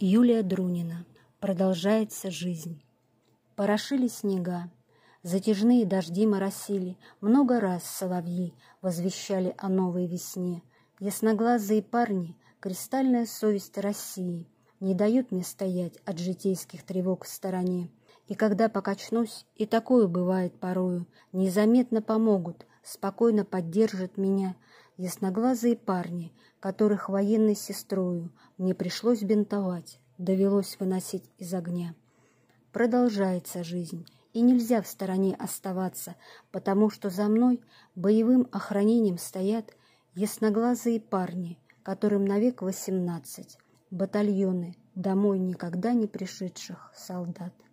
Юлия Друнина. Продолжается жизнь. Порошили снега, затяжные дожди моросили, много раз соловьи возвещали о новой весне. Ясноглазые парни, кристальная совесть России, не дают мне стоять от житейских тревог в стороне. И когда покачнусь, и такое бывает порою, незаметно помогут, спокойно поддержат меня ясноглазые парни, которых военной сестрою мне пришлось бинтовать, довелось выносить из огня. Продолжается жизнь, и нельзя в стороне оставаться, потому что за мной боевым охранением стоят ясноглазые парни, которым навек 18, батальоны домой никогда не пришедших солдат.